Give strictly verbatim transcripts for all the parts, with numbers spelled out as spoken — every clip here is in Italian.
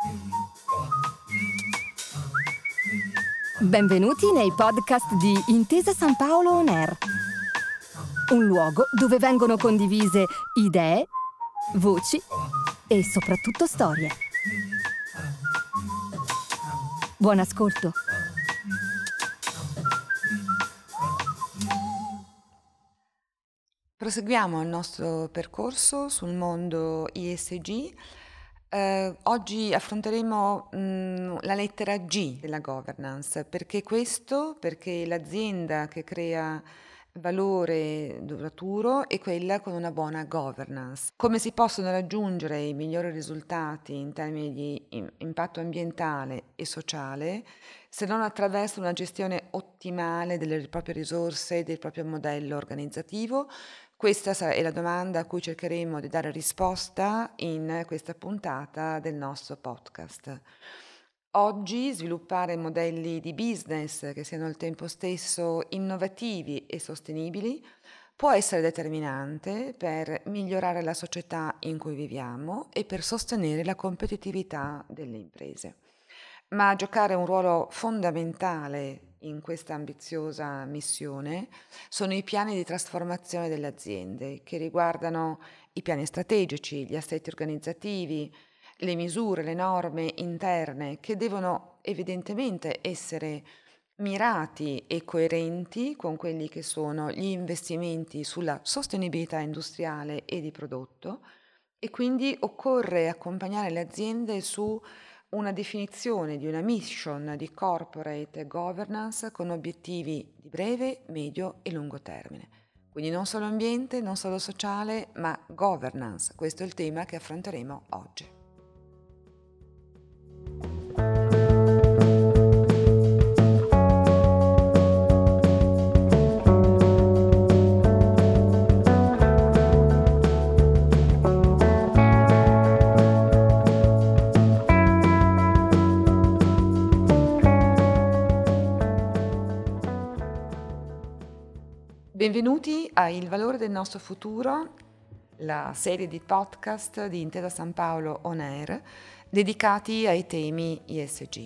Benvenuti nei podcast di Intesa San Paolo On Air, un luogo dove vengono condivise idee, voci e soprattutto storie. Buon ascolto. Proseguiamo il nostro percorso sul mondo I S G. Eh, oggi affronteremo mh, la lettera G della governance. Perché questo? Perché l'azienda che crea valore duraturo è quella con una buona governance. Come si possono raggiungere i migliori risultati in termini di in- impatto ambientale e sociale se non attraverso una gestione ottimale delle proprie risorse e del proprio modello organizzativo? Questa sarà- è la domanda a cui cercheremo di dare risposta in questa puntata del nostro podcast. Oggi sviluppare modelli di business che siano al tempo stesso innovativi e sostenibili può essere determinante per migliorare la società in cui viviamo e per sostenere la competitività delle imprese. Ma a giocare un ruolo fondamentale in questa ambiziosa missione sono i piani di trasformazione delle aziende, che riguardano i piani strategici, gli assetti organizzativi, le misure, le norme interne, che devono evidentemente essere mirati e coerenti con quelli che sono gli investimenti sulla sostenibilità industriale e di prodotto, e quindi occorre accompagnare le aziende su una definizione di una mission di corporate governance con obiettivi di breve, medio e lungo termine. Quindi non solo ambiente, non solo sociale, ma governance. Questo è il tema che affronteremo oggi. Benvenuti a Il valore del nostro futuro, la serie di podcast di Intesa San Paolo On Air dedicati ai temi I S G.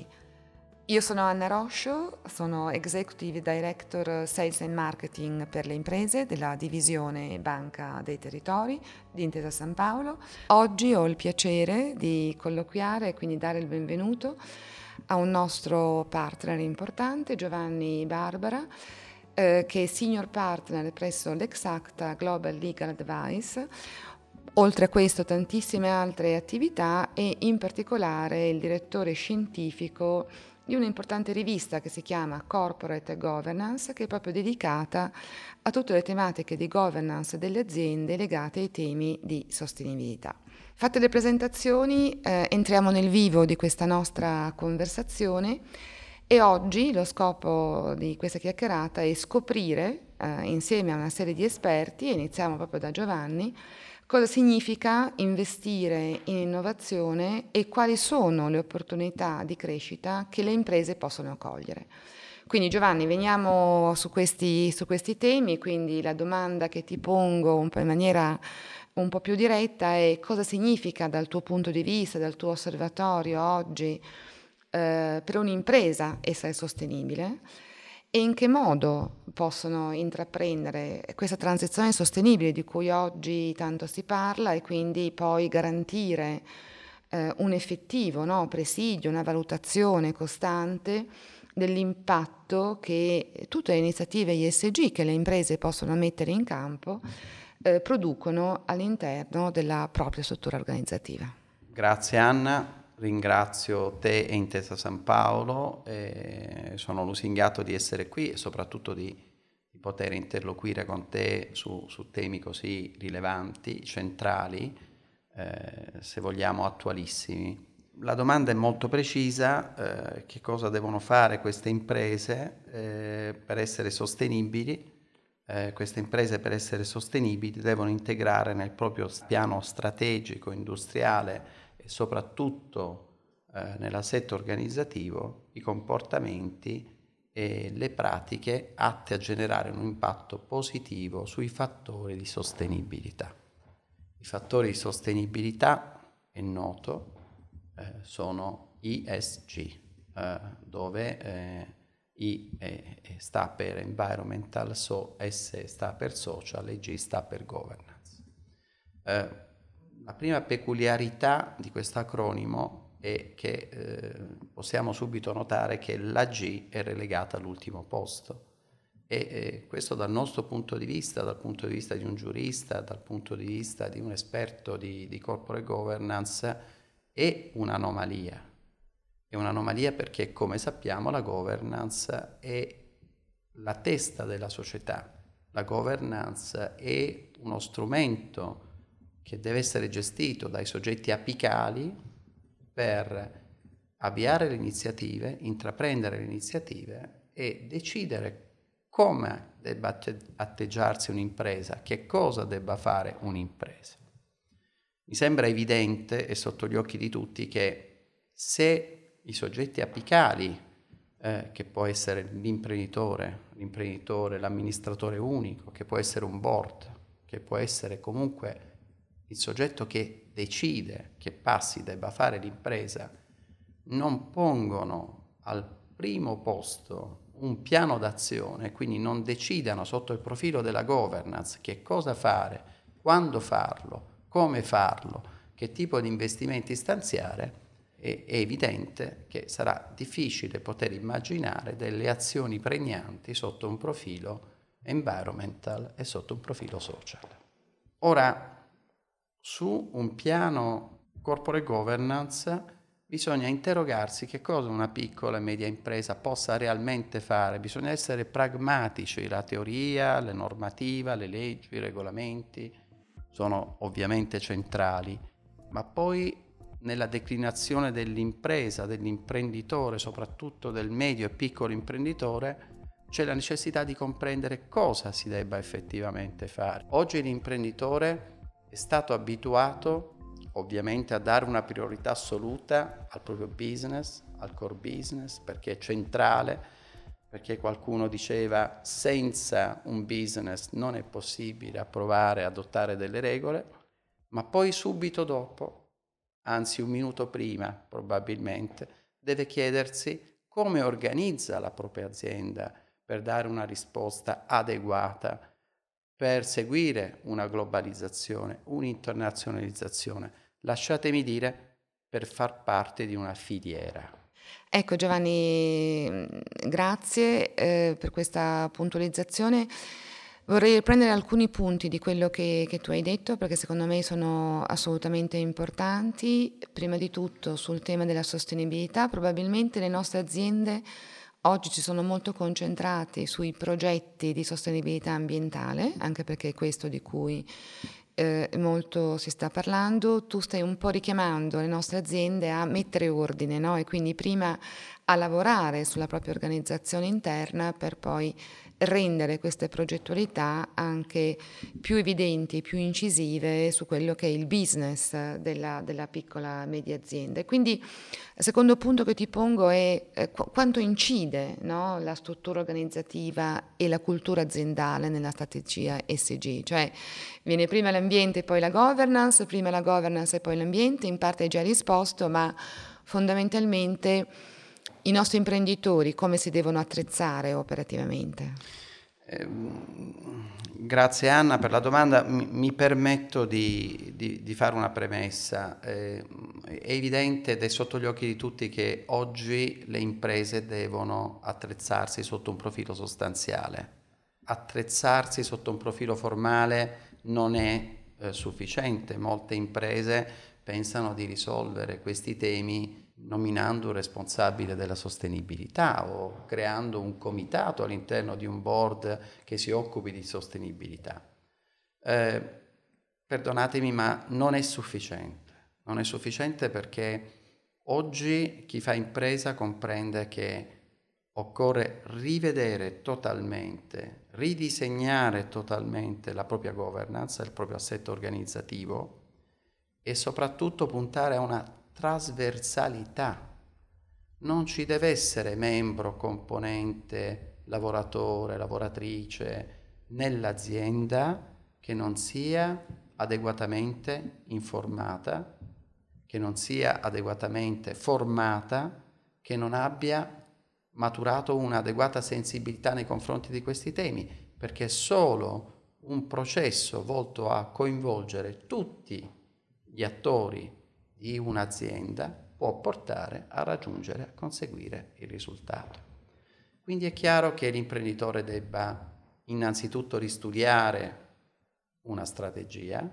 Io sono Anna Roscio, sono Executive Director Sales and Marketing per le imprese della divisione Banca dei Territori di Intesa San Paolo. Oggi ho il piacere di colloquiare e quindi dare il benvenuto a un nostro partner importante, Giovanni Barbara, eh, che è Senior Partner presso l'Exacta Global Legal Advice. Oltre a questo tantissime altre attività e in particolare il direttore scientifico di un'importante rivista che si chiama Corporate Governance, che è proprio dedicata a tutte le tematiche di governance delle aziende legate ai temi di sostenibilità. Fatte le presentazioni, eh, entriamo nel vivo di questa nostra conversazione e oggi lo scopo di questa chiacchierata è scoprire, eh, insieme a una serie di esperti, e iniziamo proprio da Giovanni, cosa significa investire in innovazione e quali sono le opportunità di crescita che le imprese possono cogliere. Quindi Giovanni, veniamo su questi, su questi temi, quindi la domanda che ti pongo un po' in maniera un po' più diretta è: cosa significa dal tuo punto di vista, dal tuo osservatorio oggi, eh, per un'impresa essere sostenibile? E in che modo possono intraprendere questa transizione sostenibile di cui oggi tanto si parla e quindi poi garantire eh, un effettivo, no, presidio, una valutazione costante dell'impatto che tutte le iniziative I S G che le imprese possono mettere in campo eh, producono all'interno della propria struttura organizzativa. Grazie Anna. Ringrazio te e Intesa San Paolo, eh, sono lusingato di essere qui e soprattutto di, di poter interloquire con te su, su temi così rilevanti, centrali, eh, se vogliamo attualissimi. La domanda è molto precisa: eh, che cosa devono fare queste imprese eh, per essere sostenibili? Eh, queste imprese per essere sostenibili devono integrare nel proprio piano strategico, industriale, e soprattutto eh, nell'assetto organizzativo i comportamenti e le pratiche atte a generare un impatto positivo sui fattori di sostenibilità. I fattori di sostenibilità, è noto, eh, sono E S G, eh, dove eh, I eh, sta per Environmental, so, S sta per Social e G sta per Governance. Eh, la prima peculiarità di questo acronimo è che eh, possiamo subito notare che la G è relegata all'ultimo posto. E eh, questo dal nostro punto di vista, dal punto di vista di un giurista, dal punto di vista di un esperto di, di corporate governance, è un'anomalia. È un'anomalia perché, come sappiamo, la governance è la testa della società. La governance è uno strumento che deve essere gestito dai soggetti apicali per avviare le iniziative, intraprendere le iniziative e decidere come debba atteggiarsi un'impresa, che cosa debba fare un'impresa. Mi sembra evidente e sotto gli occhi di tutti che se i soggetti apicali, eh, che può essere l'imprenditore, l'imprenditore, l'amministratore unico, che può essere un board, che può essere comunque il soggetto che decide che passi debba fare l'impresa, non pongono al primo posto un piano d'azione, quindi non decidano sotto il profilo della governance che cosa fare, quando farlo, come farlo, che tipo di investimenti stanziare, è, è evidente che sarà difficile poter immaginare delle azioni pregnanti sotto un profilo environmental e sotto un profilo social. Ora, su un piano corporate governance bisogna interrogarsi che cosa una piccola e media impresa possa realmente fare. Bisogna essere pragmatici. La teoria, la normativa, le leggi, i regolamenti sono ovviamente centrali, ma poi nella declinazione dell'impresa, dell'imprenditore, soprattutto del medio e piccolo imprenditore, c'è la necessità di comprendere cosa si debba effettivamente fare. Oggi l'imprenditore è stato abituato ovviamente a dare una priorità assoluta al proprio business, al core business, perché è centrale, perché qualcuno diceva senza un business non è possibile approvare e adottare delle regole, ma poi subito dopo, anzi un minuto prima probabilmente, deve chiedersi come organizza la propria azienda per dare una risposta adeguata, per seguire una globalizzazione, un'internazionalizzazione, lasciatemi dire, per far parte di una filiera. Ecco Giovanni, grazie eh, per questa puntualizzazione. Vorrei riprendere alcuni punti di quello che, che tu hai detto, perché secondo me sono assolutamente importanti. Prima di tutto sul tema della sostenibilità, probabilmente le nostre aziende oggi ci sono molto concentrati sui progetti di sostenibilità ambientale, anche perché è questo di cui eh, molto si sta parlando. Tu stai un po' richiamando le nostre aziende a mettere ordine, no? E quindi prima a lavorare sulla propria organizzazione interna per poi rendere queste progettualità anche più evidenti, più incisive su quello che è il business della, della piccola e media azienda. E quindi il secondo punto che ti pongo è eh, qu- quanto incide, no, la struttura organizzativa e la cultura aziendale nella strategia E S G, cioè viene prima l'ambiente e poi la governance, prima la governance e poi l'ambiente, in parte hai già risposto, ma fondamentalmente i nostri imprenditori come si devono attrezzare operativamente? Eh, grazie Anna per la domanda. Mi, mi permetto di, di, di fare una premessa. Eh, è evidente ed è sotto gli occhi di tutti che oggi le imprese devono attrezzarsi sotto un profilo sostanziale. Attrezzarsi sotto un profilo formale non è eh, sufficiente. Molte imprese pensano di risolvere questi temi nominando un responsabile della sostenibilità o creando un comitato all'interno di un board che si occupi di sostenibilità. Eh, perdonatemi, ma non è sufficiente. Non è sufficiente perché oggi chi fa impresa comprende che occorre rivedere totalmente, ridisegnare totalmente la propria governance, il proprio assetto organizzativo e soprattutto puntare a una trasversalità. Non ci deve essere membro, componente, lavoratore, lavoratrice nell'azienda che non sia adeguatamente informata, che non sia adeguatamente formata, che non abbia maturato un'adeguata sensibilità nei confronti di questi temi, perché solo un processo volto a coinvolgere tutti gli attori di un'azienda può portare a raggiungere, a conseguire il risultato. Quindi è chiaro che l'imprenditore debba innanzitutto ristudiare una strategia,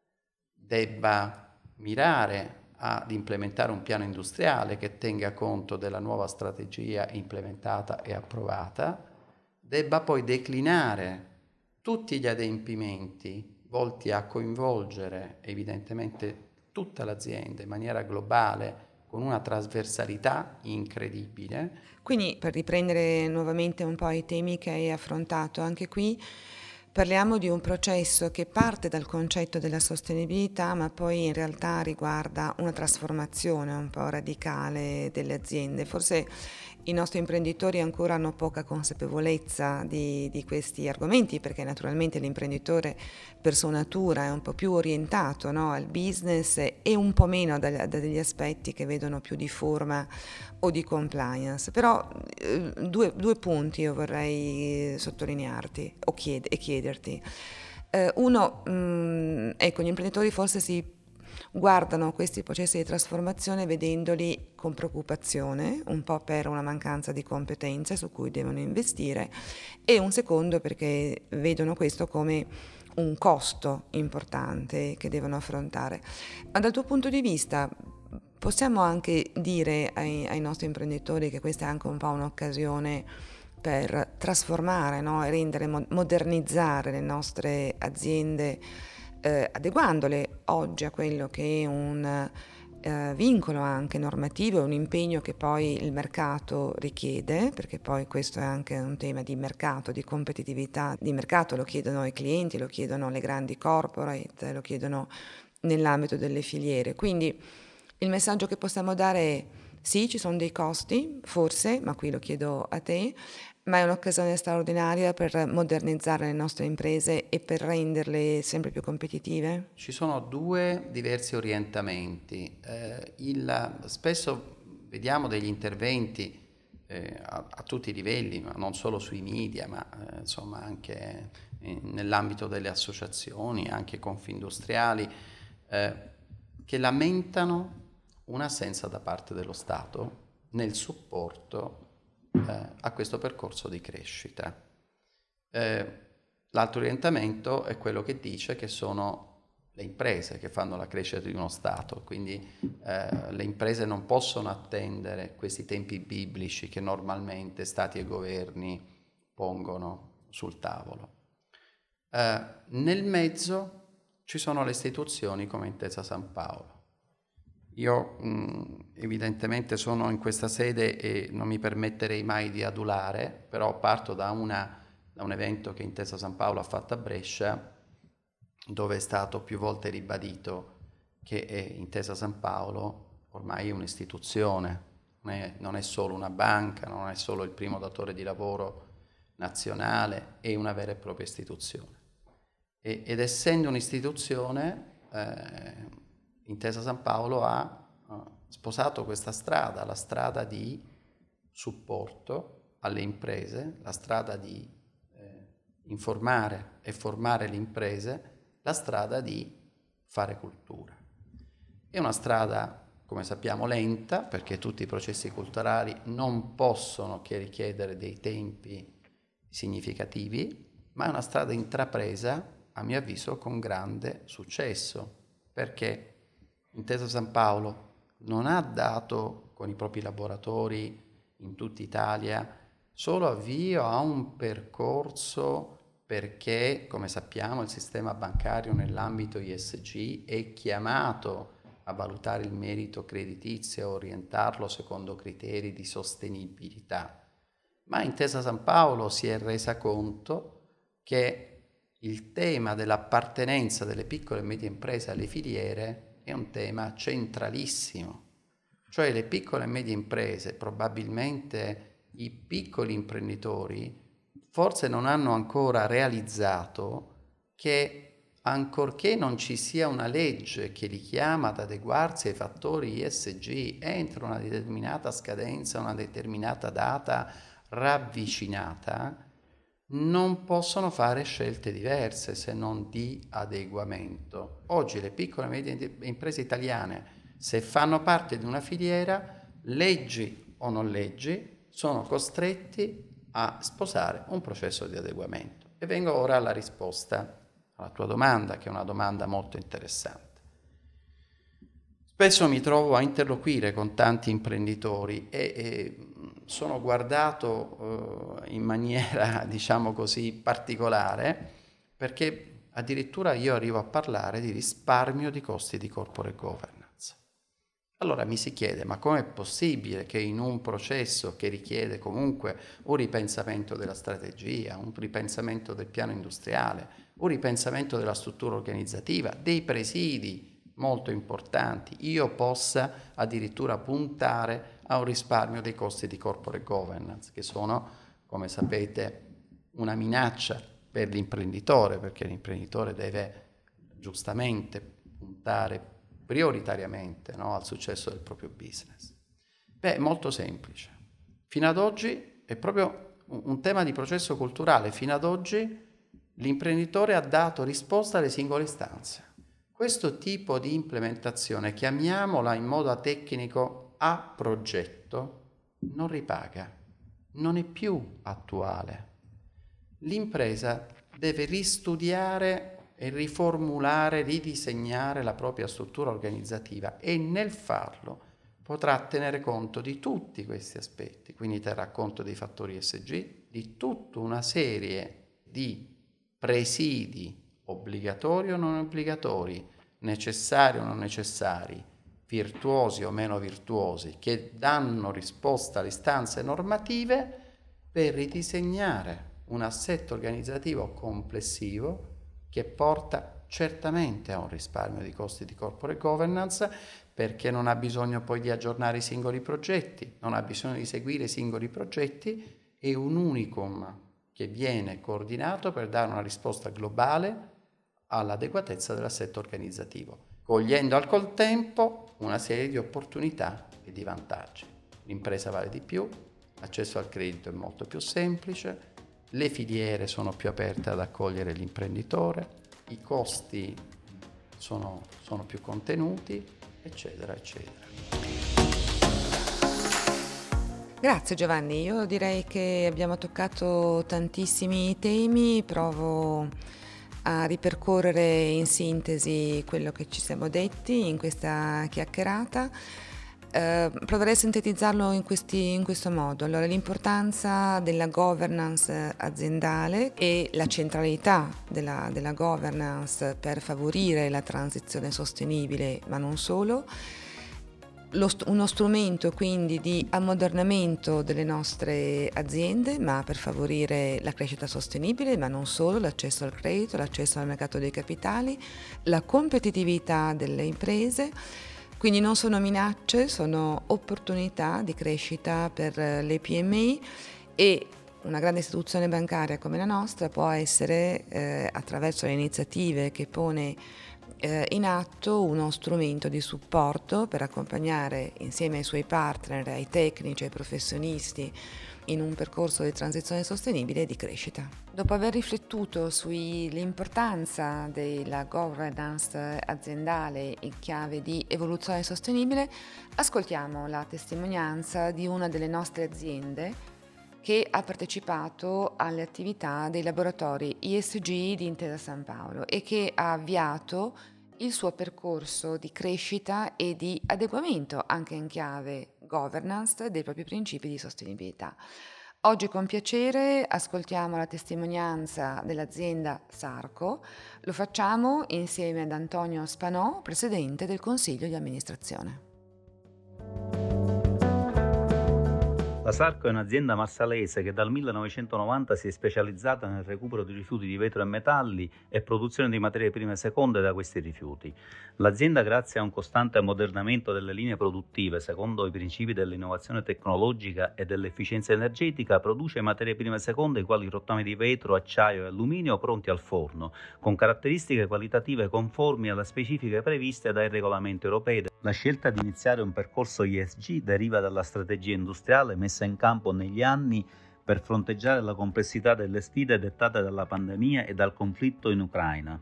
debba mirare ad implementare un piano industriale che tenga conto della nuova strategia implementata e approvata, debba poi declinare tutti gli adempimenti volti a coinvolgere evidentemente tutta l'azienda in maniera globale con una trasversalità incredibile. Quindi, per riprendere nuovamente un po' i temi che hai affrontato, anche qui parliamo di un processo che parte dal concetto della sostenibilità, ma poi in realtà riguarda una trasformazione un po' radicale delle aziende. Forse i nostri imprenditori ancora hanno poca consapevolezza di, di questi argomenti, perché naturalmente l'imprenditore per sua natura è un po' più orientato, no, al business e un po' meno da, da degli aspetti che vedono più di forma o di compliance. Però eh, due, due punti io vorrei sottolinearti o chied- e chiederti. Eh, uno, mh, ecco, gli imprenditori forse si guardano questi processi di trasformazione vedendoli con preoccupazione, un po' per una mancanza di competenze su cui devono investire, e un secondo perché vedono questo come un costo importante che devono affrontare. Ma dal tuo punto di vista possiamo anche dire ai, ai nostri imprenditori che questa è anche un po' un'occasione per trasformare, no? E rendere, modernizzare le nostre aziende, eh, adeguandole oggi a quello che è un eh, vincolo anche normativo, un impegno che poi il mercato richiede, perché poi questo è anche un tema di mercato, di competitività di mercato, lo chiedono i clienti, lo chiedono le grandi corporate, lo chiedono nell'ambito delle filiere. Quindi il messaggio che possiamo dare è: sì, ci sono dei costi, forse, ma qui lo chiedo a te, ma è un'occasione straordinaria per modernizzare le nostre imprese e per renderle sempre più competitive? Ci sono due diversi orientamenti. Eh, il, spesso vediamo degli interventi eh, a, a tutti i livelli, ma non solo sui media, ma eh, insomma anche in, nell'ambito delle associazioni, anche confindustriali, eh, che lamentano un'assenza da parte dello Stato nel supporto eh, a questo percorso di crescita. Eh, l'altro orientamento è quello che dice che sono le imprese che fanno la crescita di uno Stato, quindi eh, le imprese non possono attendere questi tempi biblici che normalmente Stati e governi pongono sul tavolo. Eh, nel mezzo ci sono le istituzioni come Intesa San Paolo. Io mh, evidentemente sono in questa sede e non mi permetterei mai di adulare, però parto da, una, da un evento che Intesa San Paolo ha fatto a Brescia, dove è stato più volte ribadito che è Intesa San Paolo ormai è un'istituzione, non è, non è solo una banca, non è solo il primo datore di lavoro nazionale, è una vera e propria istituzione. E, ed essendo un'istituzione, eh, Intesa San Paolo ha uh, sposato questa strada, la strada di supporto alle imprese, la strada di eh, informare e formare le imprese, la strada di fare cultura. È una strada, come sappiamo, lenta, perché tutti i processi culturali non possono che richiedere dei tempi significativi, ma è una strada intrapresa, a mio avviso, con grande successo, perché Intesa San Paolo non ha dato con i propri laboratori in tutta Italia solo avvio a un percorso perché, come sappiamo, il sistema bancario nell'ambito I S G è chiamato a valutare il merito creditizio e orientarlo secondo criteri di sostenibilità. Ma Intesa San Paolo si è resa conto che il tema dell'appartenenza delle piccole e medie imprese alle filiere è un tema centralissimo, cioè le piccole e medie imprese, probabilmente i piccoli imprenditori, forse non hanno ancora realizzato che ancorché non ci sia una legge che li chiama ad adeguarsi ai fattori E S G entro una determinata scadenza, una determinata data ravvicinata, non possono fare scelte diverse se non di adeguamento. Oggi le piccole e medie imprese italiane, se fanno parte di una filiera, leggi o non leggi, sono costretti a sposare un processo di adeguamento. E vengo ora alla risposta alla tua domanda, che è una domanda molto interessante. Spesso mi trovo a interloquire con tanti imprenditori e, e sono guardato eh, in maniera, diciamo così, particolare, perché addirittura io arrivo a parlare di risparmio di costi di corporate governance. Allora mi si chiede, ma com'è possibile che in un processo che richiede comunque un ripensamento della strategia, un ripensamento del piano industriale, un ripensamento della struttura organizzativa, dei presidi molto importanti, io possa addirittura puntare a un risparmio dei costi di corporate governance, che sono, come sapete, una minaccia per l'imprenditore, perché l'imprenditore deve giustamente puntare prioritariamente, no, al successo del proprio business. Beh, è molto semplice. Fino ad oggi è proprio un tema di processo culturale. Fino ad oggi l'imprenditore ha dato risposta alle singole istanze. Questo tipo di implementazione, chiamiamola in modo atecnico a progetto, non ripaga, non è più attuale. L'impresa deve ristudiare e riformulare, ridisegnare la propria struttura organizzativa e nel farlo potrà tenere conto di tutti questi aspetti, quindi terrà conto dei fattori E S G, di tutta una serie di presidi obbligatori o non obbligatori, necessari o non necessari, virtuosi o meno virtuosi, che danno risposta alle istanze normative per ridisegnare un assetto organizzativo complessivo che porta certamente a un risparmio di costi di corporate governance, perché non ha bisogno poi di aggiornare i singoli progetti, non ha bisogno di seguire i singoli progetti, è un unicum che viene coordinato per dare una risposta globale all'adeguatezza dell'assetto organizzativo, cogliendo al contempo una serie di opportunità e di vantaggi. L'impresa vale di più, l'accesso al credito è molto più semplice, le filiere sono più aperte ad accogliere l'imprenditore, i costi sono, sono più contenuti, eccetera, eccetera. Grazie Giovanni, io direi che abbiamo toccato tantissimi temi, provo a ripercorrere in sintesi quello che ci siamo detti in questa chiacchierata. Eh, proverei a sintetizzarlo in, questi, in questo modo. Allora, l'importanza della governance aziendale e la centralità della, della governance per favorire la transizione sostenibile, ma non solo. Lo, uno strumento quindi di ammodernamento delle nostre aziende, ma per favorire la crescita sostenibile, ma non solo, l'accesso al credito, l'accesso al mercato dei capitali, la competitività delle imprese. Quindi non sono minacce, sono opportunità di crescita per le P M I e una grande istituzione bancaria come la nostra può essere, eh, attraverso le iniziative che pone eh, in atto, uno strumento di supporto per accompagnare insieme ai suoi partner, ai tecnici, ai professionisti in un percorso di transizione sostenibile e di crescita. Dopo aver riflettuto sull'importanza della governance aziendale in chiave di evoluzione sostenibile, ascoltiamo la testimonianza di una delle nostre aziende che ha partecipato alle attività dei laboratori E S G di Intesa San Paolo e che ha avviato il suo percorso di crescita e di adeguamento anche in chiave governance dei propri principi di sostenibilità. Oggi con piacere ascoltiamo la testimonianza dell'azienda Sarco, lo facciamo insieme ad Antonio Spanò, presidente del Consiglio di amministrazione. La Sarco è un'azienda marsalese che dal millenovecentonovanta si è specializzata nel recupero di rifiuti di vetro e metalli e produzione di materie prime seconde da questi rifiuti. L'azienda, grazie a un costante ammodernamento delle linee produttive secondo i principi dell'innovazione tecnologica e dell'efficienza energetica, produce materie prime seconde quali rottami di vetro, acciaio e alluminio pronti al forno, con caratteristiche qualitative conformi alle specifiche previste dai regolamenti europei. La scelta di iniziare un percorso E S G deriva dalla strategia industriale messa in campo negli anni per fronteggiare la complessità delle sfide dettate dalla pandemia e dal conflitto in Ucraina.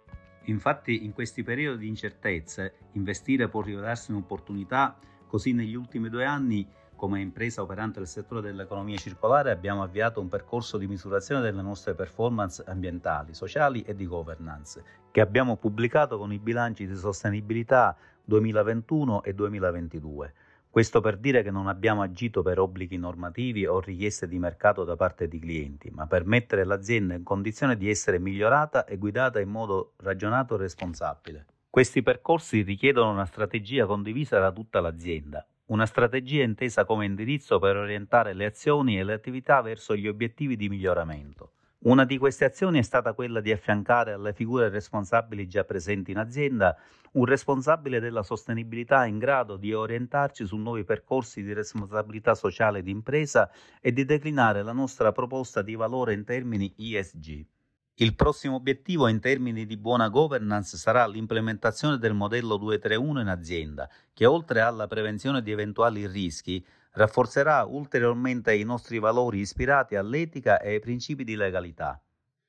Infatti, in questi periodi di incertezze, investire può rivelarsi un'opportunità. Così negli ultimi due anni, come impresa operante nel settore dell'economia circolare, abbiamo avviato un percorso di misurazione delle nostre performance ambientali, sociali e di governance, che abbiamo pubblicato con i bilanci di sostenibilità duemilaventuno e duemilaventidue. Questo per dire che non abbiamo agito per obblighi normativi o richieste di mercato da parte di clienti, ma per mettere l'azienda in condizione di essere migliorata e guidata in modo ragionato e responsabile. Questi percorsi richiedono una strategia condivisa da tutta l'azienda, una strategia intesa come indirizzo per orientare le azioni e le attività verso gli obiettivi di miglioramento. Una di queste azioni è stata quella di affiancare alle figure responsabili già presenti in azienda un responsabile della sostenibilità in grado di orientarci su nuovi percorsi di responsabilità sociale d'impresa e di declinare la nostra proposta di valore in termini E S G. Il prossimo obiettivo in termini di buona governance sarà l'implementazione del modello duecentotrentuno in azienda, che oltre alla prevenzione di eventuali rischi, rafforzerà ulteriormente i nostri valori ispirati all'etica e ai principi di legalità.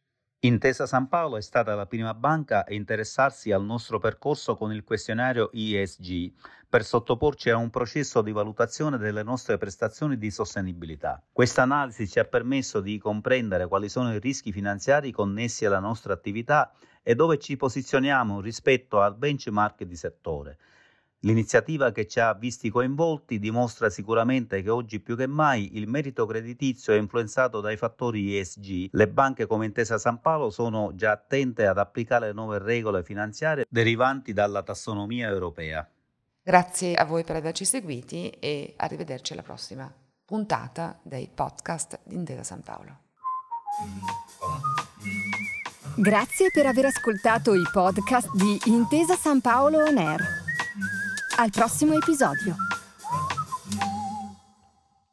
Intesa Sanpaolo è stata la prima banca a interessarsi al nostro percorso con il questionario E S G per sottoporci a un processo di valutazione delle nostre prestazioni di sostenibilità. Questa analisi ci ha permesso di comprendere quali sono i rischi finanziari connessi alla nostra attività e dove ci posizioniamo rispetto al benchmark di settore. L'iniziativa che ci ha visti coinvolti dimostra sicuramente che oggi più che mai il merito creditizio è influenzato dai fattori E S G. Le banche come Intesa Sanpaolo sono già attente ad applicare le nuove regole finanziarie derivanti dalla tassonomia europea. Grazie a voi per averci seguiti e arrivederci alla prossima puntata dei podcast di Intesa Sanpaolo. Grazie per aver ascoltato i podcast di Intesa Sanpaolo On Air. Al prossimo episodio.